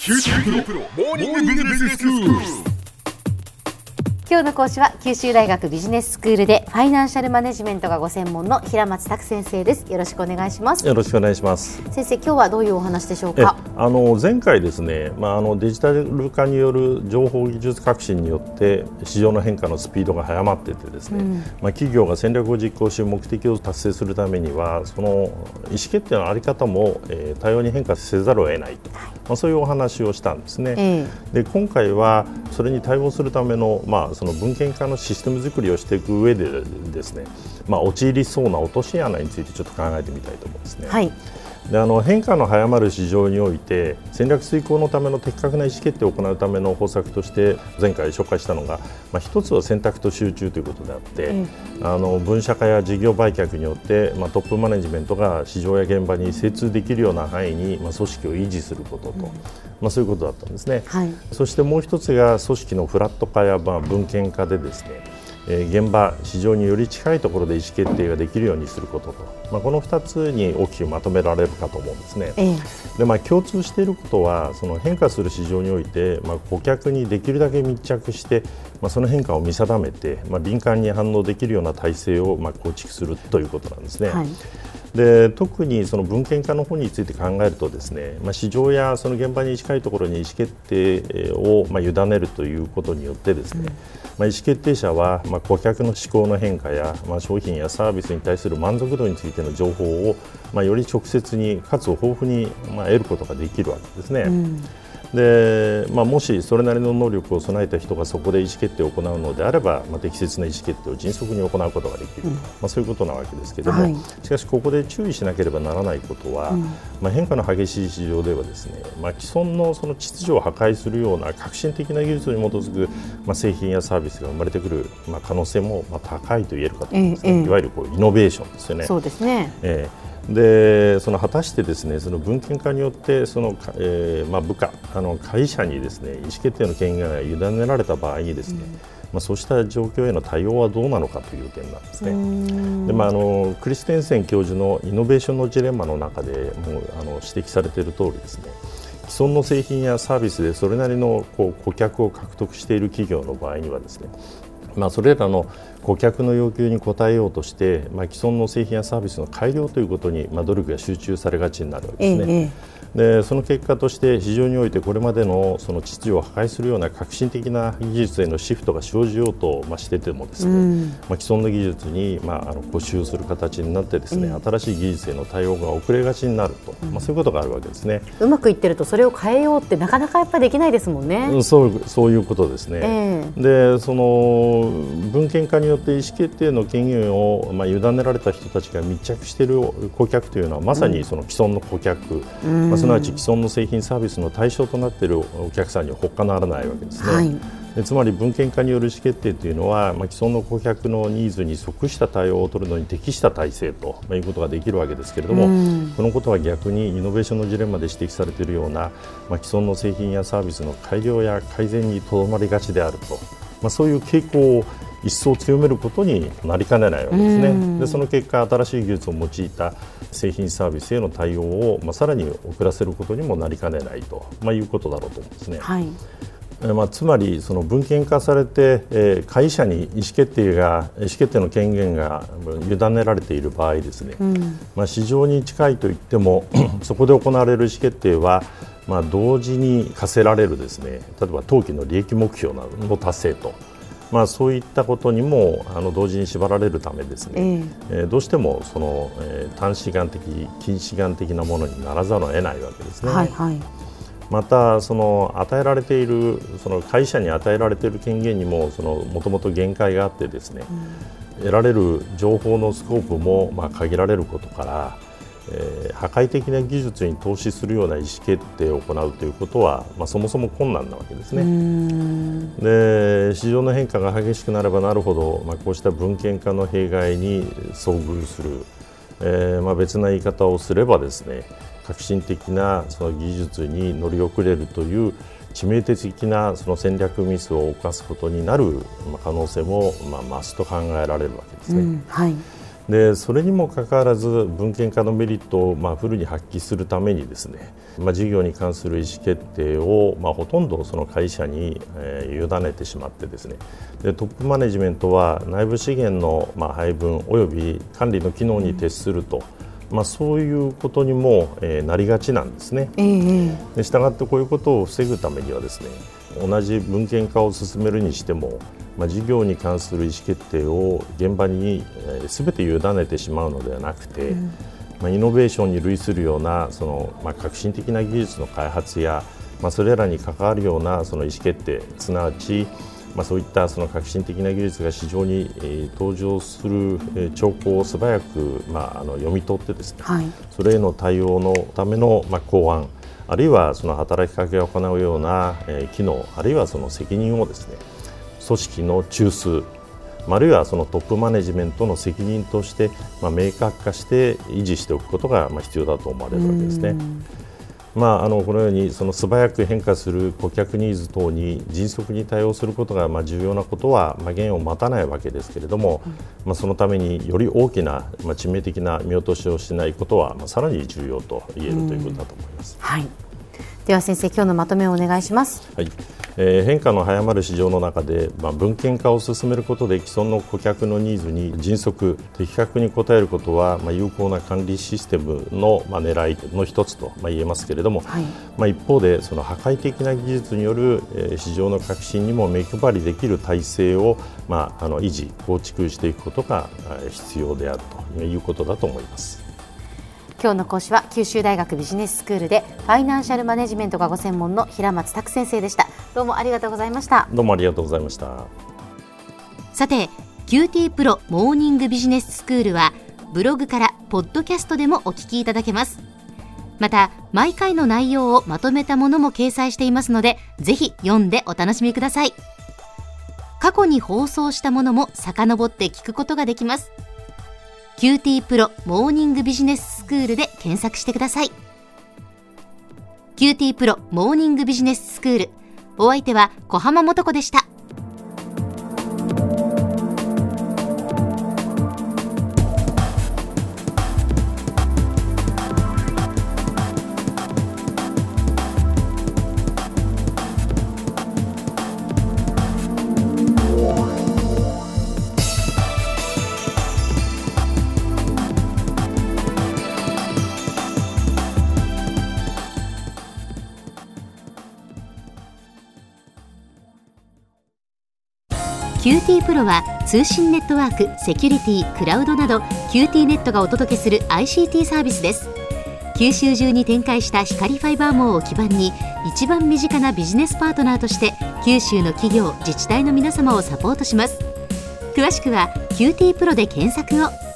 九州大学モーニングビジネススクール。 今日の講師は九州大学ビジネススクールでファイナンシャルマネジメントがご専門の平松卓先生です。よろしくお願いします。 よろしくお願いします。 先生、今日はどういうお話でしょうか。 前回ですね、デジタル化による情報技術革新によって市場の変化のスピードが早まっていてですね、企業が戦略を実行し目的を達成するためにはその意思決定の在り方も、多様に変化せざるを得ないと、そういうお話をしたんですね。で今回はそれに対応するための、その文献化のシステム作りをしていく上でですね、陥りそうな落とし穴についてちょっと考えてみたいと思うんですね。で変化の早まる市場において戦略遂行のための的確な意思決定を行うための方策として前回紹介したのが、一つは選択と集中ということであって、分社化や事業売却によって、トップマネジメントが市場や現場に精通できるような範囲に、組織を維持することと、そういうことだったんですね。そしてもう一つが組織のフラット化や、文献化でですね、現場、市場により近いところで意思決定ができるようにすることと、この2つに大きくまとめられるかと思うんですね。で共通していることはその変化する市場において、顧客にできるだけ密着して、その変化を見定めて、敏感に反応できるような体制を構築するということなんですね。で特にその文献化の方について考えるとですね、市場やその現場に近いところに意思決定を委ねるということによってですね、意思決定者は顧客の思考の変化や、商品やサービスに対する満足度についての情報を、より直接にかつ豊富に得ることができるわけですね。でもしそれなりの能力を備えた人がそこで意思決定を行うのであれば、適切な意思決定を迅速に行うことができる、そういうことなわけですけれども、しかしここで注意しなければならないことは、変化の激しい市場ではですね、既存のその秩序を破壊するような革新的な技術に基づく、製品やサービスが生まれてくる、可能性も高いと言えるかと思いますね。いわゆるイノベーションですよね。 そうですね。 で果たしてですね、その文献化によってその、部下会社にですね意思決定の権限が委ねられた場合にですね、そうした状況への対応はどうなのかという点なんですね。でクリステンセン教授のイノベーションのジレンマの中でもう指摘されている通りですね、既存の製品やサービスでそれなりの顧客を獲得している企業の場合にはですね、それらの顧客の要求に応えようとして、既存の製品やサービスの改良ということに、努力が集中されがちになるわけですね。でその結果として市場においてこれまでのその秩序を破壊するような革新的な技術へのシフトが生じようとしててもですね、既存の技術に固執する形になってですね、新しい技術への対応が遅れがちになると、そういうことがあるわけですね。 うまくいってるとそれを変えようってなかなかやっぱりできないですもんね。 そういうことですね。でその文献化によって意思決定の権限を委ねられた人たちが密着している顧客というのはまさにその既存の顧客、すなわち既存の製品サービスの対象となっているお客さんには他ならないわけですね。でつまり文献化による意思決定というのは、既存の顧客のニーズに即した対応を取るのに適した体制ということができるわけですけれども、このことは逆にイノベーションのジレンマで指摘されているような、既存の製品やサービスの改良や改善にとどまりがちであると、そういう傾向を一層強めることになりかねないわけですね。でその結果、新しい技術を用いた製品サービスへの対応を、さらに遅らせることにもなりかねないと、いうことだろうと思うんですね。つまりその文献化されて、会社に意思決定の権限が委ねられている場合ですね、市場に近いといってもそこで行われる意思決定は同時に課せられるですね、例えば当期の利益目標の達成と、そういったことにも同時に縛られるためですね、どうしてもその、短視眼的近視眼的なものにならざるを得ないわけですね。またその与えられているその会社に与えられている権限にももともと限界があってですね、得られる情報のスコープも限られることから、破壊的な技術に投資するような意思決定を行うということは、そもそも困難なわけですね。で市場の変化が激しくなればなるほど、こうした文献化の弊害に遭遇する、別な言い方をすればですね、革新的なその技術に乗り遅れるという致命的なその戦略ミスを犯すことになる可能性も増すと考えられるわけですね。 でそれにもかかわらず文献化のメリットをフルに発揮するためにですね、事業に関する意思決定をほとんどその会社に委ねてしまってですね、でトップマネジメントは内部資源の配分および管理の機能に徹すると、そういうことにもなりがちなんですね。でしたがってこういうことを防ぐためにはですね、同じ文献化を進めるにしても、事業に関する意思決定を現場に全て委ねてしまうのではなくて、イノベーションに類するようなその、革新的な技術の開発や、それらに関わるようなその意思決定、すなわち、そういったその革新的な技術が市場に登場する兆候を素早く読み取ってですね、それへの対応のための考案、あるいはその働きかけを行うような機能、あるいはその責任をですね、組織の中枢、あるいはそのトップマネジメントの責任として明確化して維持しておくことが必要だと思われるわけですね。このようにその素早く変化する顧客ニーズ等に迅速に対応することが重要なことは限を待たないわけですけれども、そのためにより大きな致命的な見落としをしないことはさらに重要と言えるということだと思います。 では先生、今日のまとめをお願いします。 変化の早まる市場の中で、文献化を進めることで既存の顧客のニーズに迅速的確に応えることは、有効な管理システムの、狙いの一つと、言えますけれども、一方でその破壊的な技術による、市場の革新にも目配りできる体制を、維持構築していくことが必要であるということだと思います。 今日の講師は九州大学ビジネススクールでファイナンシャルマネジメントがご専門の平松卓先生でした。どうもありがとうございました。 どうもありがとうございました。 さて、QT プロモーニングビジネススクールはブログからポッドキャストでもお聞きいただけます。また毎回の内容をまとめたものも掲載していますので、ぜひ読んでお楽しみください。過去に放送したものも遡って聞くことができます。QT プロモーニングビジネススクールで検索してください。QT プロモーニングビジネススクール、お相手は小浜もとこでした。QT プロは通信ネットワーク、セキュリティ、クラウドなど QT ネットがお届けする ICT サービスです。九州中に展開した光ファイバー網を基盤に一番身近なビジネスパートナーとして九州の企業、自治体の皆様をサポートします。詳しくは QT プロで検索を。